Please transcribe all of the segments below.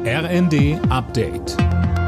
RND Update.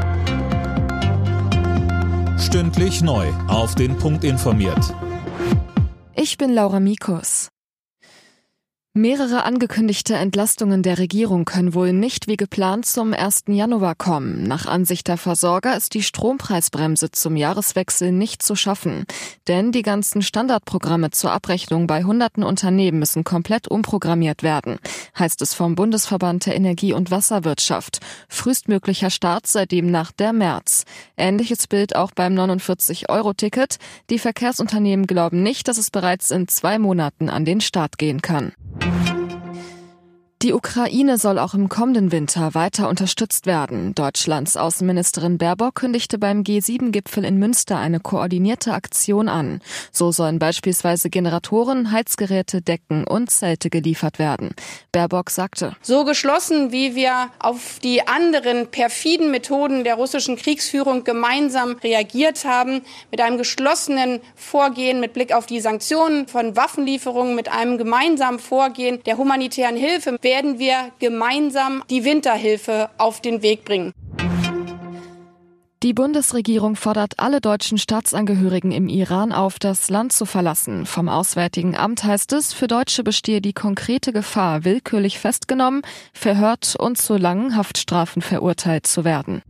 Stündlich neu auf den Punkt informiert. Ich bin Laura Mikus. Mehrere angekündigte Entlastungen der Regierung können wohl nicht wie geplant zum 1. Januar kommen. Nach Ansicht der Versorger ist die Strompreisbremse zum Jahreswechsel nicht zu schaffen. Denn die ganzen Standardprogramme zur Abrechnung bei hunderten Unternehmen müssen komplett umprogrammiert werden, heißt es vom Bundesverband der Energie- und Wasserwirtschaft. Frühestmöglicher Start sei demnach der März. Ähnliches Bild auch beim 49-Euro-Ticket. Die Verkehrsunternehmen glauben nicht, dass es bereits in 2 Monaten an den Start gehen kann. Die Ukraine soll auch im kommenden Winter weiter unterstützt werden. Deutschlands Außenministerin Baerbock kündigte beim G7-Gipfel in Münster eine koordinierte Aktion an. So sollen beispielsweise Generatoren, Heizgeräte, Decken und Zelte geliefert werden. Baerbock sagte: So geschlossen, wie wir auf die anderen perfiden Methoden der russischen Kriegsführung gemeinsam reagiert haben, mit einem geschlossenen Vorgehen mit Blick auf die Sanktionen von Waffenlieferungen, mit einem gemeinsamen Vorgehen der humanitären Hilfe, werden wir gemeinsam die Winterhilfe auf den Weg bringen. Die Bundesregierung fordert alle deutschen Staatsangehörigen im Iran auf, das Land zu verlassen. Vom Auswärtigen Amt heißt es, für Deutsche bestehe die konkrete Gefahr, willkürlich festgenommen, verhört und zu langen Haftstrafen verurteilt zu werden.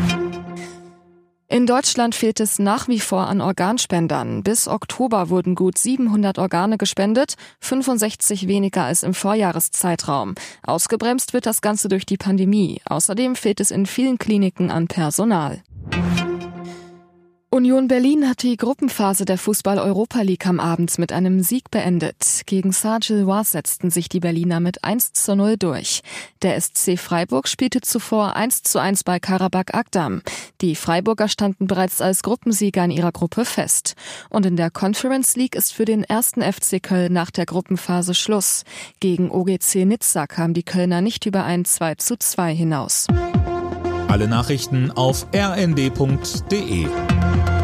In Deutschland fehlt es nach wie vor an Organspendern. Bis Oktober wurden gut 700 Organe gespendet, 65 weniger als im Vorjahreszeitraum. Ausgebremst wird das Ganze durch die Pandemie. Außerdem fehlt es in vielen Kliniken an Personal. Union Berlin hat die Gruppenphase der Fußball-Europa League am Abend mit einem Sieg beendet. Gegen Saint-Gilloise setzten sich die Berliner mit 1:0 durch. Der SC Freiburg spielte zuvor 1:1 bei Karabakh Agdam. Die Freiburger standen bereits als Gruppensieger in ihrer Gruppe fest. Und in der Conference League ist für den 1. FC Köln nach der Gruppenphase Schluss. Gegen OGC Nizza kamen die Kölner nicht über ein 2:2 hinaus. Alle Nachrichten auf rnd.de.